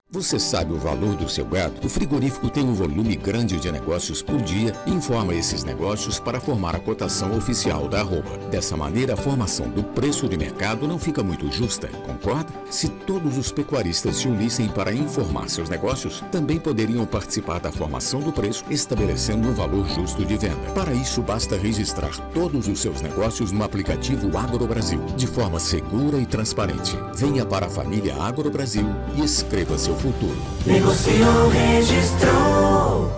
Você sabe o valor do seu gado? O frigorífico tem um volume grande de negócios por dia e informa esses negócios para formar a cotação oficial da arroba. Dessa maneira, a formação do preço de mercado não fica muito justa, concorda? Se todos os pecuaristas se unissem para informar seus negócios, também poderiam participar da formação do preço, estabelecendo um valor justo de venda. Para isso, basta registrar todos os seus negócios no aplicativo AgroBrasil, de forma segura e transparente. Venha para a família AgroBrasil e escreva seu futuro. Negociou, registrou.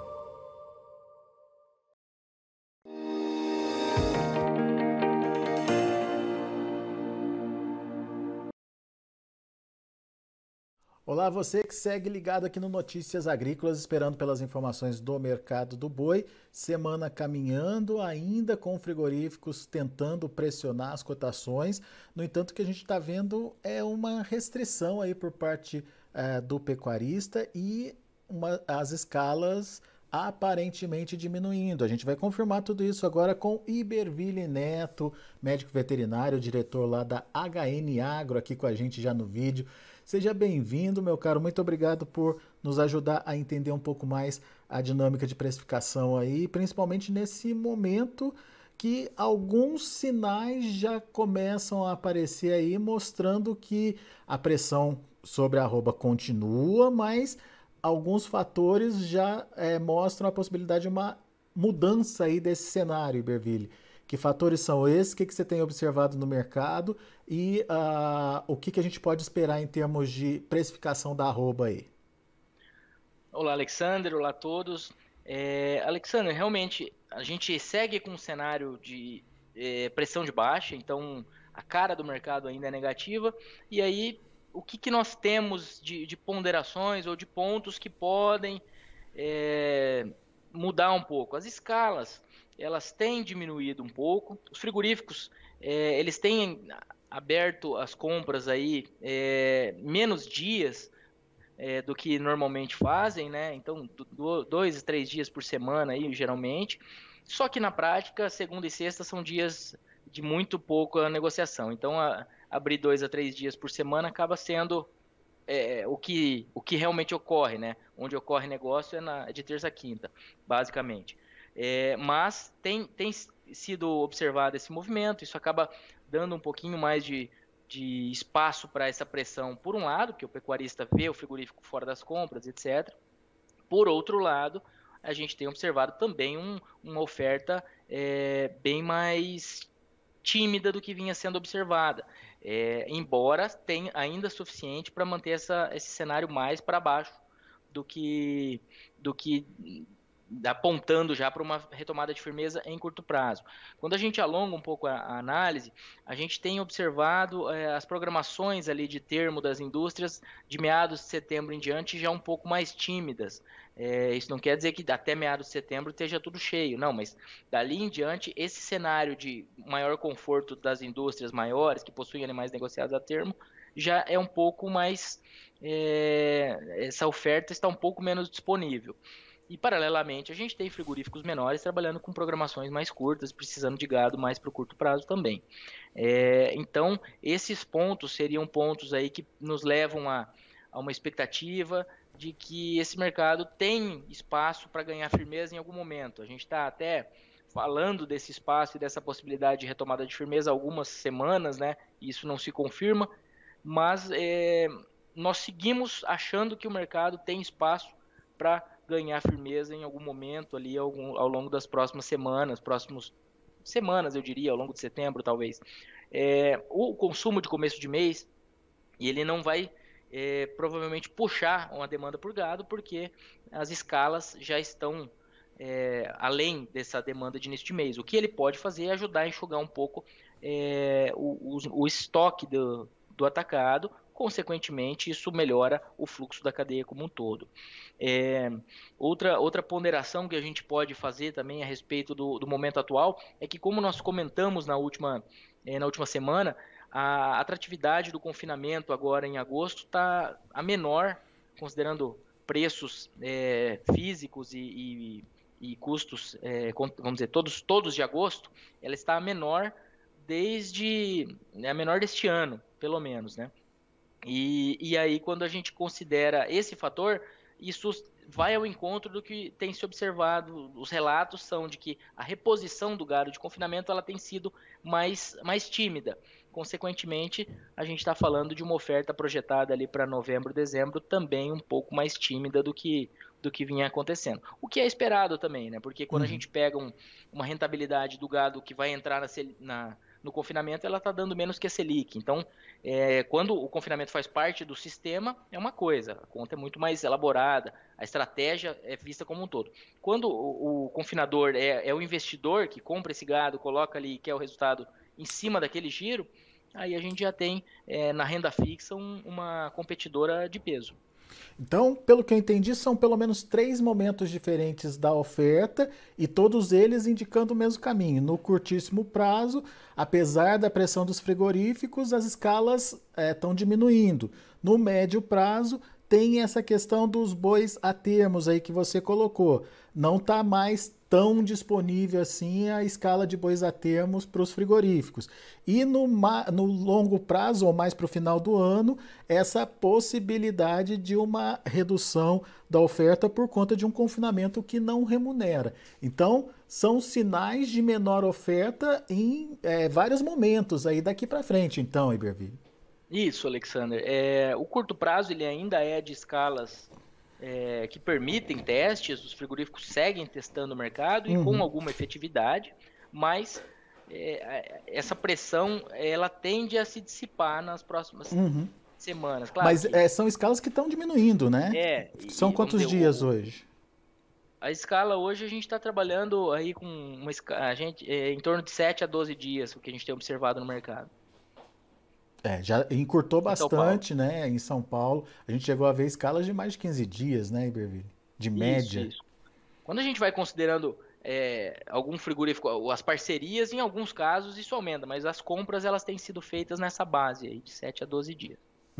Olá, você que segue ligado aqui no Notícias Agrícolas, esperando pelas informações do mercado do boi. Semana caminhando, ainda com frigoríficos tentando pressionar as cotações. No entanto, o que a gente está vendo é uma restrição aí por parte do pecuarista e as escalas aparentemente diminuindo. A gente vai confirmar tudo isso agora com Iberville Neto, médico veterinário, diretor lá da HN Agro, aqui com a gente já no vídeo. Seja bem-vindo, meu caro. Muito obrigado por nos ajudar a entender um pouco mais a dinâmica de precificação aí, principalmente nesse momento que alguns sinais já começam a aparecer aí, mostrando que a pressão sobre a arroba continua, mas alguns fatores já mostram a possibilidade de uma mudança aí desse cenário, Iberville. Que fatores são esses? O que você tem observado no mercado e o que a gente pode esperar em termos de precificação da arroba aí? Olá, Alexander. Olá a todos. Alexander, realmente a gente segue com um cenário de pressão de baixa, então a cara do mercado ainda é negativa. E aí, o que nós temos de ponderações ou de pontos que podem mudar um pouco? As escalas, elas têm diminuído um pouco. Os frigoríficos, eles têm aberto as compras aí menos dias do que normalmente fazem, né? Então, 2, 3 dias por semana aí, geralmente. Só que na prática, segunda e sexta são dias de muito pouca negociação. Então, abrir 2 a 3 dias por semana acaba sendo o que realmente ocorre, né? Onde ocorre negócio é de terça a quinta, basicamente. Mas tem sido observado esse movimento, isso acaba dando um pouquinho mais de espaço para essa pressão, por um lado, que o pecuarista vê o frigorífico fora das compras, etc. Por outro lado, a gente tem observado também uma oferta bem mais tímida do que vinha sendo observada, embora tenha ainda suficiente para manter esse cenário mais para baixo do que apontando já para uma retomada de firmeza em curto prazo. Quando a gente alonga um pouco a análise, a gente tem observado as programações ali de termo das indústrias de meados de setembro em diante já um pouco mais tímidas. Isso não quer dizer que até meados de setembro esteja tudo cheio, não, mas dali em diante esse cenário de maior conforto das indústrias maiores que possuem animais negociados a termo já é um pouco mais, essa oferta está um pouco menos disponível. E, paralelamente, a gente tem frigoríficos menores trabalhando com programações mais curtas, precisando de gado mais para o curto prazo também. Então, esses pontos seriam pontos aí que nos levam a uma expectativa de que esse mercado tem espaço para ganhar firmeza em algum momento. A gente está até falando desse espaço e dessa possibilidade de retomada de firmeza há algumas semanas, né? E isso não se confirma, mas nós seguimos achando que o mercado tem espaço para ganhar firmeza em algum momento ali ao longo das próximas semanas, eu diria, ao longo de setembro talvez. O consumo de começo de mês, ele não vai provavelmente puxar uma demanda por gado, porque as escalas já estão além dessa demanda de início de mês. O que ele pode fazer é ajudar a enxugar um pouco o estoque do atacado. Consequentemente, isso melhora o fluxo da cadeia como um todo. Outra ponderação que a gente pode fazer também a respeito do momento atual é que, como nós comentamos na última semana, a atratividade do confinamento agora em agosto está a menor, considerando preços físicos e custos, vamos dizer, todos de agosto, ela está a menor deste ano, pelo menos, né? E aí, quando a gente considera esse fator, isso vai ao encontro do que tem se observado. Os relatos são de que a reposição do gado de confinamento ela tem sido mais tímida. Consequentemente, a gente está falando de uma oferta projetada ali para novembro, dezembro, também um pouco mais tímida do que vinha acontecendo. O que é esperado também, né? Porque quando a gente pega uma rentabilidade do gado que vai entrar no confinamento, ela está dando menos que a Selic. Então, quando o confinamento faz parte do sistema, é uma coisa, a conta é muito mais elaborada, a estratégia é vista como um todo. Quando o confinador é o investidor que compra esse gado, coloca ali, quer o resultado em cima daquele giro, aí a gente já tem na renda fixa uma competidora de peso. Então, pelo que eu entendi, são pelo menos 3 momentos diferentes da oferta e todos eles indicando o mesmo caminho. No curtíssimo prazo, apesar da pressão dos frigoríficos, as escalas estão diminuindo. No médio prazo, tem essa questão dos bois a termos aí que você colocou. Não está mais tão disponível assim a escala de bois a termos para os frigoríficos. E no longo prazo, ou mais para o final do ano, essa possibilidade de uma redução da oferta por conta de um confinamento que não remunera. Então, são sinais de menor oferta em vários momentos aí daqui para frente, então, Iberville. Isso, Alexander. O curto prazo ele ainda é de escalas que permitem testes, os frigoríficos seguem testando o mercado e com alguma efetividade, mas essa pressão ela tende a se dissipar nas próximas semanas. Claro, mas são escalas que estão diminuindo, né? São quantos dias hoje? A escala hoje a gente está trabalhando aí com em torno de 7 a 12 dias, o que a gente tem observado no mercado. Já encurtou bastante, né? Em São Paulo. A gente chegou a ver escalas de mais de 15 dias, né, Iberville? De média. Isso. Quando a gente vai considerando algum frigorífico, as parcerias, em alguns casos isso aumenta, mas as compras elas têm sido feitas nessa base aí, de 7 a 12 dias.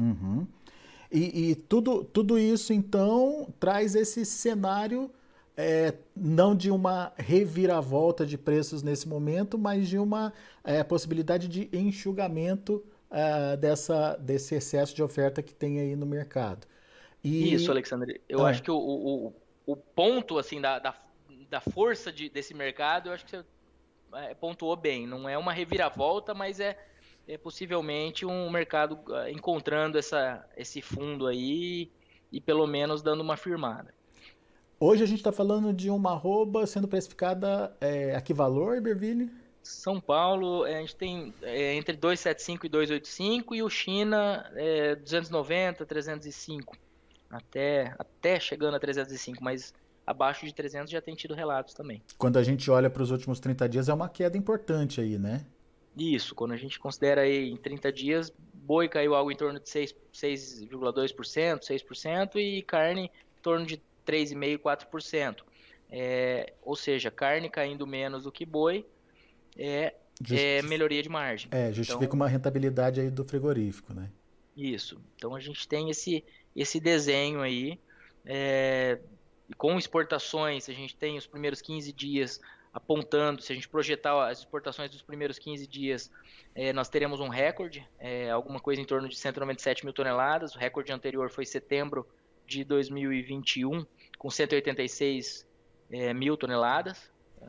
E tudo isso, então, traz esse cenário não de uma reviravolta de preços nesse momento, mas de uma possibilidade de enxugamento desse excesso de oferta que tem aí no mercado. Isso, Alexandre. Eu acho que o ponto assim da força desse mercado, eu acho que você pontuou bem. Não é uma reviravolta, mas é possivelmente um mercado encontrando esse fundo aí e pelo menos dando uma firmada. Hoje a gente está falando de uma arroba sendo precificada a que valor, Iberville? São Paulo, a gente tem entre 275 e 285 e o China 290, 305, até chegando a 305, mas abaixo de 300 já tem tido relatos também. Quando a gente olha para os últimos 30 dias é uma queda importante aí, né? Isso, quando a gente considera aí em 30 dias, boi caiu algo em torno de 6,2%, 6% e carne em torno de 3,5%, 4%. Ou seja, carne caindo menos do que boi, melhoria de margem. Justifica então, uma rentabilidade aí do frigorífico, né? Isso. Então a gente tem esse desenho aí. Com exportações, a gente tem os primeiros 15 dias apontando, se a gente projetar as exportações dos primeiros 15 dias, nós teremos um recorde, alguma coisa em torno de 197 mil toneladas. O recorde anterior foi setembro de 2021, com 186 mil toneladas.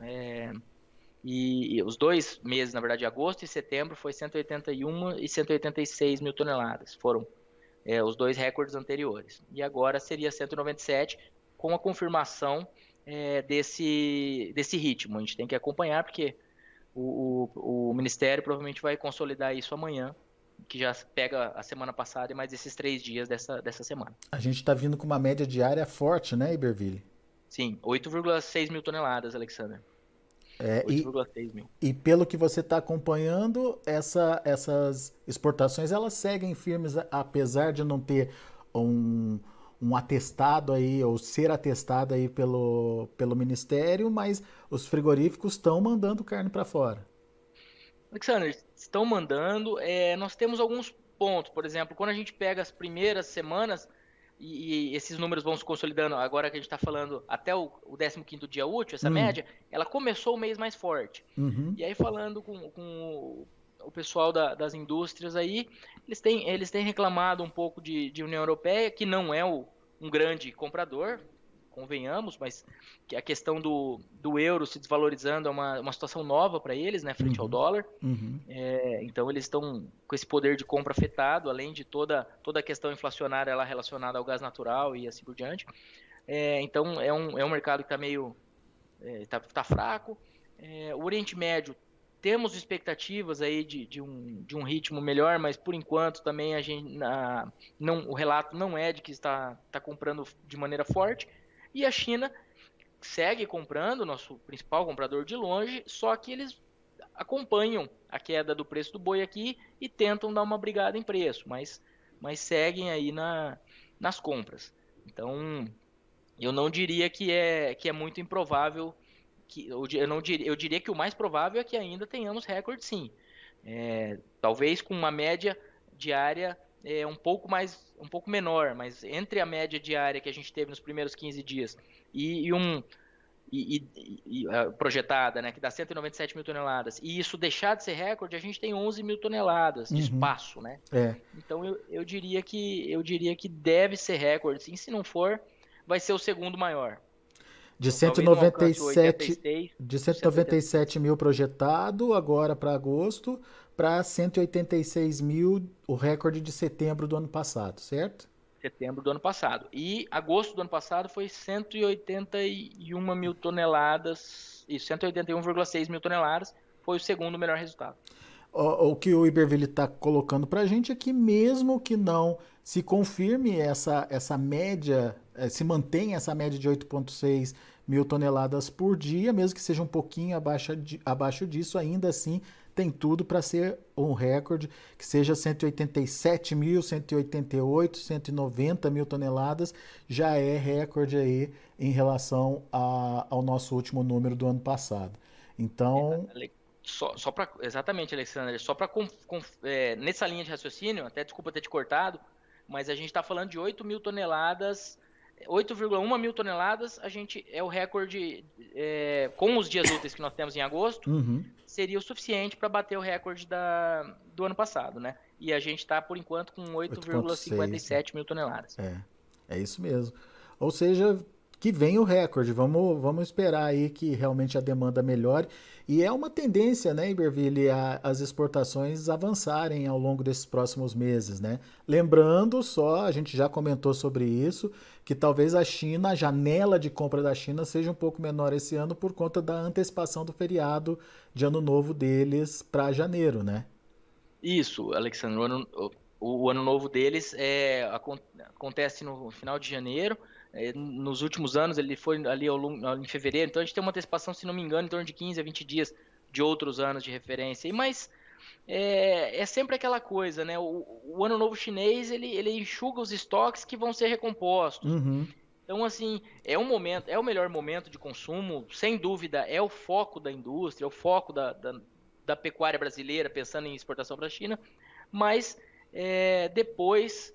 E os 2 meses, na verdade, agosto e setembro, foi 181 e 186 mil toneladas. Foram os 2 recordes anteriores. E agora seria 197, com a confirmação desse ritmo. A gente tem que acompanhar, porque o Ministério provavelmente vai consolidar isso amanhã, que já pega a semana passada e mais esses 3 dias dessa semana. A gente está vindo com uma média diária forte, né, Iberville? Sim, 8,6 mil toneladas, Alexander. 8,6 mil. E pelo que você está acompanhando, essas exportações elas seguem firmes, apesar de não ter um atestado aí, ou ser atestado aí pelo Ministério, mas os frigoríficos estão mandando carne para fora. Alexandre, estão mandando. Nós temos alguns pontos, por exemplo, quando a gente pega as primeiras semanas, e esses números vão se consolidando, agora que a gente está falando até o 15º dia útil, essa média, ela começou o mês mais forte. E aí falando com o pessoal das indústrias aí, eles têm reclamado um pouco de União Europeia, que não é um grande comprador, convenhamos, mas que a questão do euro se desvalorizando é uma situação nova para eles, né, frente ao dólar. Então eles estão com esse poder de compra afetado, além de toda a questão inflacionária lá relacionada ao gás natural e assim por diante. Então é um mercado que está meio tá fraco. O Oriente Médio, temos expectativas aí de um ritmo melhor, mas por enquanto também o relato não é de que está comprando de maneira forte. E a China segue comprando, nosso principal comprador de longe, só que eles acompanham a queda do preço do boi aqui e tentam dar uma brigada em preço, mas seguem aí nas compras. Então, eu não diria que é muito improvável, eu diria que o mais provável é que ainda tenhamos recorde, sim. Talvez com uma média diária um pouco menor, mas entre a média diária que a gente teve nos primeiros 15 dias e projetada, né, que dá 197 mil toneladas, e isso deixar de ser recorde, a gente tem 11 mil toneladas de espaço, né? Então eu diria que deve ser recorde, sim. Se não for, vai ser o segundo maior. De então, 197 mil projetado agora para agosto, para 186 mil, o recorde de setembro do ano passado, certo? Setembro do ano passado. E agosto do ano passado foi 181 mil toneladas, isso, 181,6 mil toneladas, foi o segundo melhor resultado. O que o Iberville está colocando para a gente é que mesmo que não se confirme essa média, se mantenha essa média de 8,6 mil toneladas por dia, mesmo que seja um pouquinho abaixo disso, ainda assim tem tudo para ser um recorde, que seja 187 mil, 188, 190 mil toneladas, já é recorde aí em relação ao nosso último número do ano passado. Então... Exatamente, Alexandre, só para nessa linha de raciocínio, até desculpa ter te cortado, mas a gente está falando de 8 mil toneladas, 8,1 mil toneladas, a gente é o recorde, com os dias úteis que nós temos em agosto, seria o suficiente para bater o recorde do ano passado, né? E a gente está, por enquanto, com 8,57 mil toneladas. É isso mesmo. Ou seja, que venha o recorde. Vamos esperar aí que realmente a demanda melhore. E é uma tendência, né, Iberville, as exportações avançarem ao longo desses próximos meses, né? Lembrando só, a gente já comentou sobre isso, que talvez a janela de compra da China seja um pouco menor esse ano por conta da antecipação do feriado de Ano Novo deles para janeiro, né? Isso, Alexandre. O Ano Novo deles acontece no final de janeiro. Nos últimos anos ele foi ali em fevereiro, então a gente tem uma antecipação, se não me engano, em torno de 15 a 20 dias de outros anos de referência. Mas é sempre aquela coisa, né? O Ano Novo chinês ele enxuga os estoques que vão ser recompostos. Então, assim, é o melhor momento de consumo, sem dúvida, é o foco da indústria, é o foco da pecuária brasileira, pensando em exportação para a China, mas depois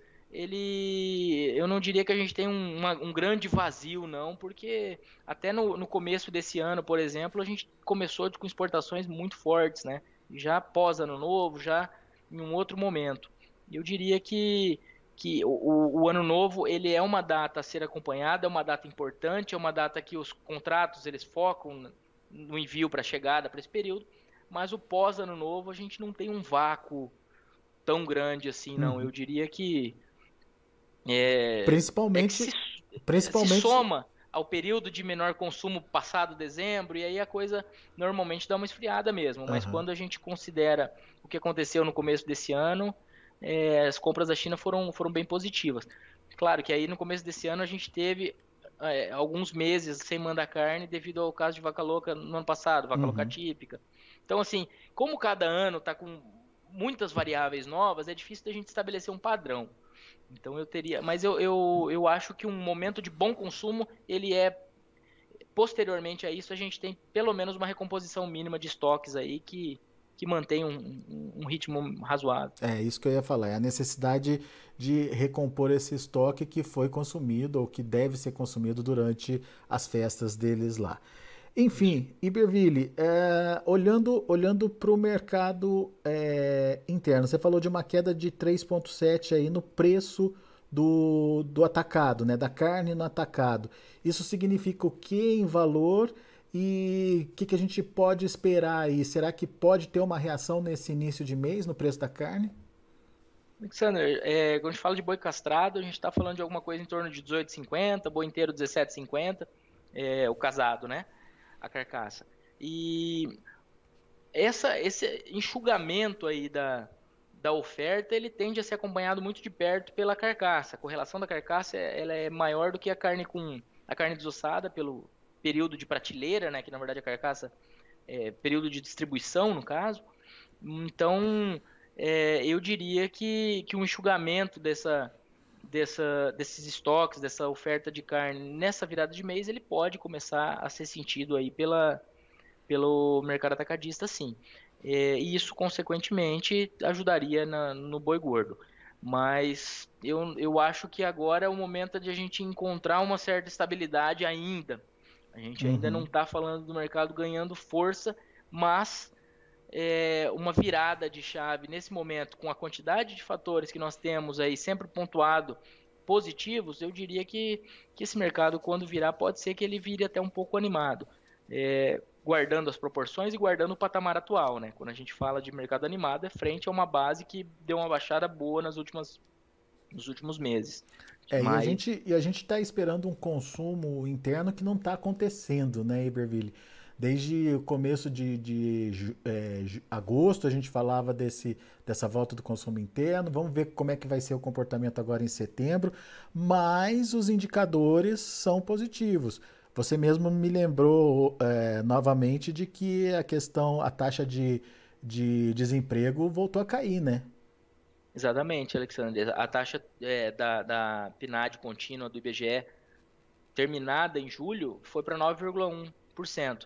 eu não diria que a gente tem um grande vazio, não, porque até no começo desse ano, por exemplo, a gente começou com exportações muito fortes, né? Já pós Ano Novo, já em um outro momento. Eu diria que o Ano Novo ele é uma data a ser acompanhada, é uma data importante, é uma data que os contratos eles focam no envio para a chegada para esse período, mas o pós Ano Novo a gente não tem um vácuo tão grande assim, não. Eu diria que principalmente se soma ao período de menor consumo passado dezembro, e aí a coisa normalmente dá uma esfriada mesmo, mas quando a gente considera o que aconteceu no começo desse ano, as compras da China foram bem positivas. Claro que aí no começo desse ano a gente teve alguns meses sem mandar carne devido ao caso de vaca louca no ano passado, vaca louca típica. Então, assim, como cada ano está com muitas variáveis novas, é difícil da gente estabelecer um padrão. Então mas eu acho que um momento de bom consumo, ele posteriormente a isso, a gente tem pelo menos uma recomposição mínima de estoques aí que mantém um ritmo razoável. É isso que eu ia falar, é a necessidade de recompor esse estoque que foi consumido ou que deve ser consumido durante as festas deles lá. Enfim, Iberville, olhando para o mercado interno, você falou de uma queda de 3,7 aí no preço do atacado, né, da carne no atacado. Isso significa o que em valor e o que a gente pode esperar aí? Será que pode ter uma reação nesse início de mês no preço da carne? Alexander, quando a gente fala de boi castrado, a gente está falando de alguma coisa em torno de 18,50, boi inteiro 17,50, o casado, né? A carcaça. E esse enxugamento aí da oferta, ele tende a ser acompanhado muito de perto pela carcaça. A correlação da carcaça ela é maior do que a carne desossada pelo período de prateleira, né? Que na verdade a carcaça é período de distribuição, no caso. Então, eu diria que um enxugamento desses estoques, dessa oferta de carne nessa virada de mês, ele pode começar a ser sentido aí pelo mercado atacadista, sim. E isso, consequentemente, ajudaria no boi gordo. Mas eu acho que agora é o momento de a gente encontrar uma certa estabilidade ainda. A gente ainda não está falando do mercado ganhando força, mas uma virada de chave nesse momento, com a quantidade de fatores que nós temos aí sempre pontuado positivos, eu diria que esse mercado, quando virar, pode ser que ele vire até um pouco animado, guardando as proporções e guardando o patamar atual, né? Quando a gente fala de mercado animado, é frente a uma base que deu uma baixada boa nos últimos meses. Mas... E a gente está esperando um consumo interno que não está acontecendo, né, Iberville? Desde o começo de agosto a gente falava dessa volta do consumo interno. Vamos ver como é que vai ser o comportamento agora em setembro. Mas os indicadores são positivos. Você mesmo me lembrou novamente de que a taxa de desemprego voltou a cair, né? Exatamente, Alexandre. A taxa da PNAD contínua do IBGE terminada em julho foi para 9,1%.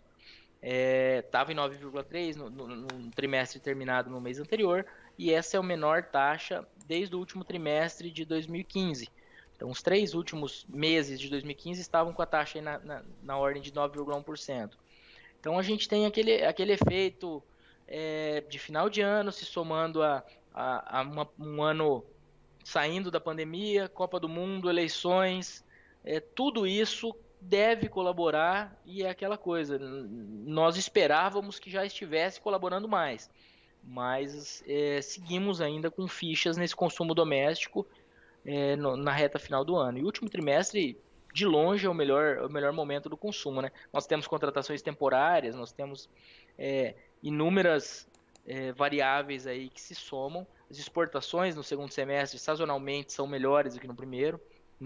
Estava em 9,3% no trimestre terminado no mês anterior, e essa é a menor taxa desde o último trimestre de 2015. Então, os 3 últimos meses de 2015 estavam com a taxa aí na ordem de 9,1%. Então, a gente tem aquele efeito de final de ano se somando a um ano saindo da pandemia, Copa do Mundo, eleições, tudo isso deve colaborar, e é aquela coisa, nós esperávamos que já estivesse colaborando mais, mas seguimos ainda com fichas nesse consumo doméstico na reta final do ano. E o último trimestre, de longe, é o melhor momento do consumo, né? Nós temos contratações temporárias, nós temos inúmeras variáveis aí que se somam. As exportações no segundo semestre, sazonalmente, são melhores do que no primeiro.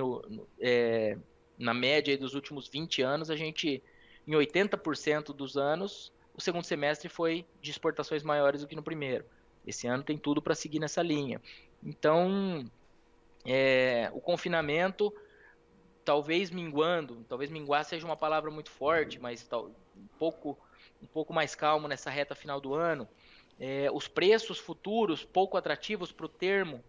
Na média aí dos últimos 20 anos, a gente, em 80% dos anos, o segundo semestre foi de exportações maiores do que no primeiro. Esse ano tem tudo para seguir nessa linha. Então, o confinamento, talvez minguar seja uma palavra muito forte, mas um pouco mais calmo nessa reta final do ano. Os preços futuros pouco atrativos para o termo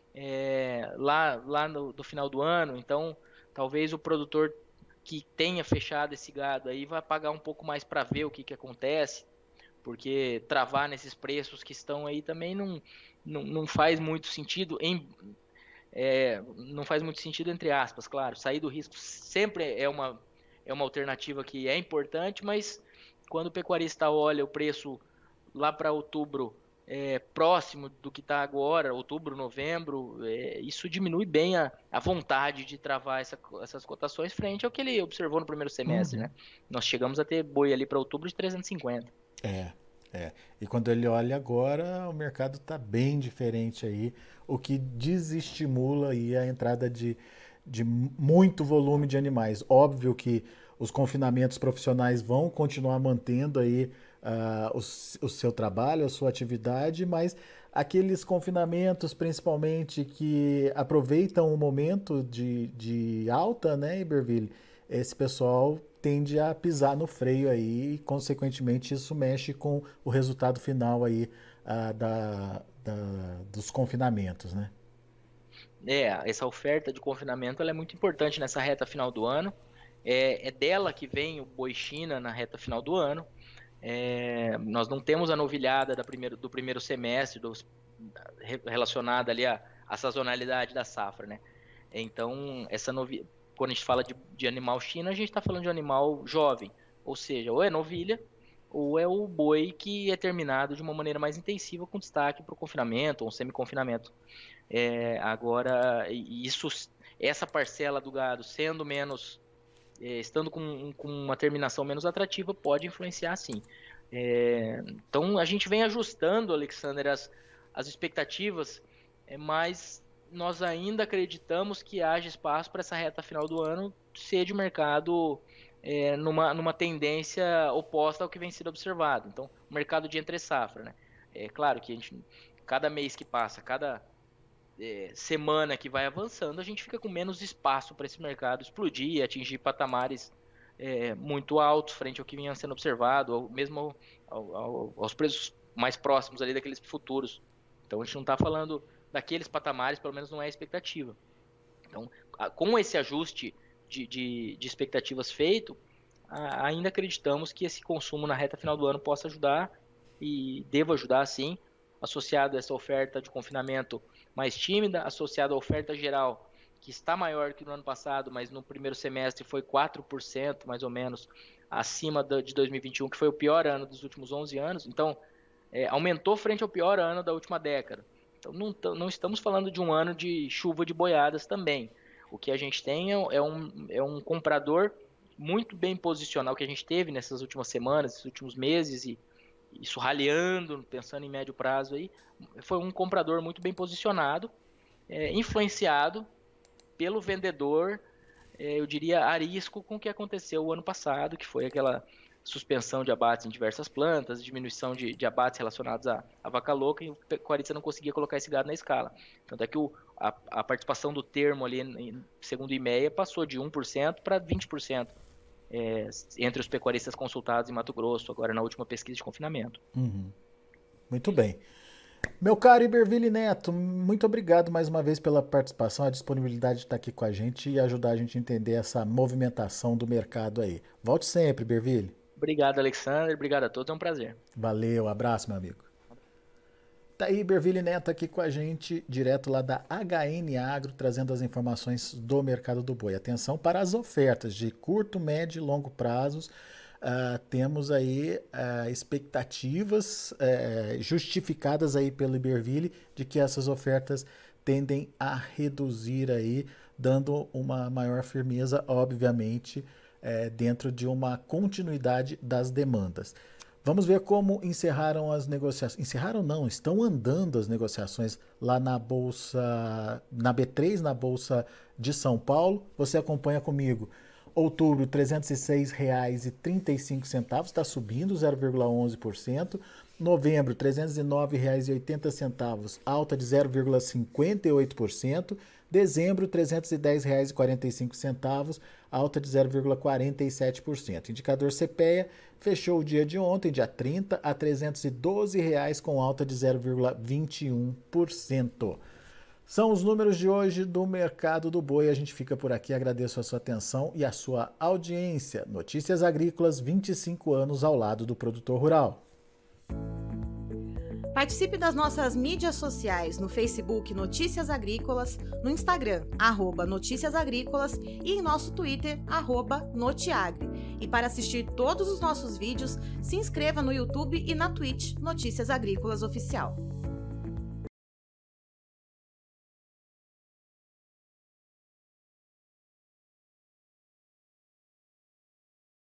lá do final do ano. Então, talvez o produtor que tenha fechado esse gado aí vai pagar um pouco mais para ver o que acontece, porque travar nesses preços que estão aí também não faz muito sentido, não faz muito sentido, entre aspas, claro. Sair do risco sempre é uma alternativa que é importante, mas quando o pecuarista olha o preço lá para outubro próximo do que está agora, outubro, novembro, isso diminui bem a vontade de travar essas cotações frente ao que ele observou no primeiro semestre, né? Nós chegamos a ter boi ali para outubro de 350. E quando ele olha agora, o mercado está bem diferente aí, o que desestimula aí a entrada de muito volume de animais. Óbvio que os confinamentos profissionais vão continuar mantendo aí o seu trabalho, a sua atividade, mas aqueles confinamentos, principalmente, que aproveitam o momento de alta, né, Iberville, esse pessoal tende a pisar no freio aí e, consequentemente, isso mexe com o resultado final aí dos confinamentos, né? Essa oferta de confinamento ela é muito importante nessa reta final do ano. é dela que vem o boi China na reta final do ano. Nós não temos a novilhada do primeiro semestre relacionada ali à sazonalidade da safra, né? Então, quando a gente fala de animal China, a gente está falando de um animal jovem, ou seja, ou é novilha, ou é o boi que é terminado de uma maneira mais intensiva, com destaque para o confinamento ou semi-confinamento. Agora, essa parcela do gado sendo menos, estando com uma terminação menos atrativa, pode influenciar sim. Então, a gente vem ajustando, Alexander, as expectativas, mas nós ainda acreditamos que haja espaço para essa reta final do ano ser de mercado numa tendência oposta ao que vem sido observado. Então, o mercado de entre-safra, né? É claro que cada mês que passa, cada semana que vai avançando, a gente fica com menos espaço para esse mercado explodir e atingir patamares muito altos frente ao que vinha sendo observado, ou mesmo aos preços mais próximos ali daqueles futuros. Então, a gente não está falando daqueles patamares, pelo menos não é a expectativa. Então, com esse ajuste de expectativas feito, ainda acreditamos que esse consumo na reta final do ano possa ajudar e deva ajudar, sim, associado a essa oferta de confinamento mais tímida, associado à oferta geral, que está maior que no ano passado, mas no primeiro semestre foi 4%, mais ou menos, acima de 2021, que foi o pior ano dos últimos 11 anos. Então, aumentou frente ao pior ano da última década. Então, não estamos falando de um ano de chuva de boiadas também. O que a gente tem é um comprador muito bem posicionado, que a gente teve nessas últimas semanas, esses últimos meses, e isso raleando, pensando em médio prazo aí, foi um comprador muito bem posicionado, influenciado pelo vendedor, eu diria, arisco com o que aconteceu o ano passado, que foi aquela suspensão de abates em diversas plantas, diminuição de abates relacionados à vaca louca, e o pecuarista não conseguia colocar esse gado na escala. Tanto é que a participação do termo ali, segundo o IMEA, passou de 1% para 20%. Entre os pecuaristas consultados em Mato Grosso, agora na última pesquisa de confinamento. Uhum. Muito bem. Meu caro Iberville Neto, muito obrigado mais uma vez pela participação, a disponibilidade de estar aqui com a gente e ajudar a gente a entender essa movimentação do mercado aí. Volte sempre, Iberville. Obrigado, Alexander. Obrigado a todos, é um prazer. Valeu, abraço, meu amigo. Tá aí Iberville Neto aqui com a gente, direto lá da HN Agro, trazendo as informações do mercado do boi. Atenção para as ofertas de curto, médio e longo prazos. Temos aí expectativas justificadas aí pelo Iberville de que essas ofertas tendem a reduzir aí, dando uma maior firmeza, obviamente, dentro de uma continuidade das demandas. Vamos ver como encerraram as negociações. Encerraram não, estão andando as negociações lá na Bolsa, na B3, na Bolsa de São Paulo. Você acompanha comigo. Outubro, R$ 306,35, está subindo 0,11%. Novembro, R$ 309,80, alta de 0,58%. Dezembro, R$ 310,45, alta de 0,47%. Indicador CPEA fechou o dia de ontem, dia 30, a R$ 312,00, com alta de 0,21%. São os números de hoje do mercado do boi. A gente fica por aqui. Agradeço a sua atenção e a sua audiência. Notícias Agrícolas, 25 anos ao lado do produtor rural. Participe das nossas mídias sociais no Facebook Notícias Agrícolas, no Instagram @Notícias Agrícolas e em nosso Twitter @Notiagre. E para assistir todos os nossos vídeos, se inscreva no YouTube e na Twitch Notícias Agrícolas Oficial.